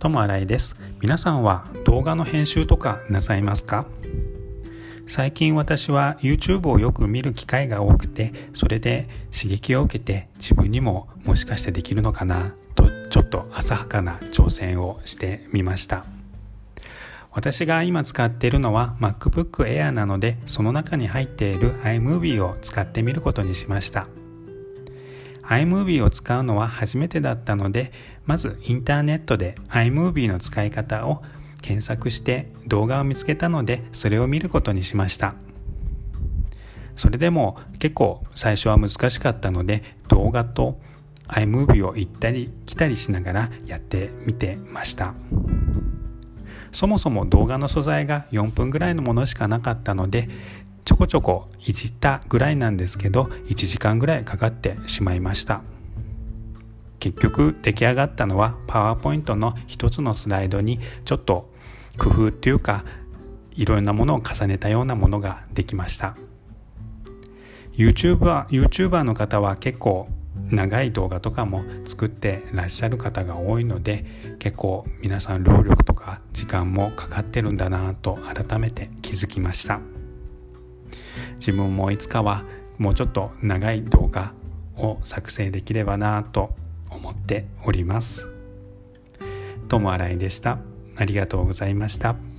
ともあらいです。皆さんは動画の編集とかなさいますか？最近私は YouTube をよく見る機会が多くて、それで刺激を受けて自分にももしかしてできるのかなとちょっと浅はかな挑戦をしてみました。私が今使っているのは MacBook Air なので、その中に入っている iMovie を使ってみることにしました。iMovie を使うのは初めてだったので、まずインターネットで iMovie の使い方を検索して動画を見つけたので、それを見ることにしました。それでも結構最初は難しかったので、動画と iMovie を行ったり来たりしながらやってみてました。そもそも動画の素材が4分ぐらいのものしかなかったので、ちょこちょこいじったぐらいなんですけど、1時間ぐらいかかってしまいました。結局出来上がったのはパワーポイントの一つのスライドにちょっと工夫っていうか、いろんなものを重ねたようなものができました。YouTuber の方は結構長い動画とかも作ってらっしゃる方が多いので、結構皆さん労力とか時間もかかってるんだなと改めて気づきました。自分もいつかはもうちょっと長い動画を作成できればなと思っております。ともあらいでした。ありがとうございました。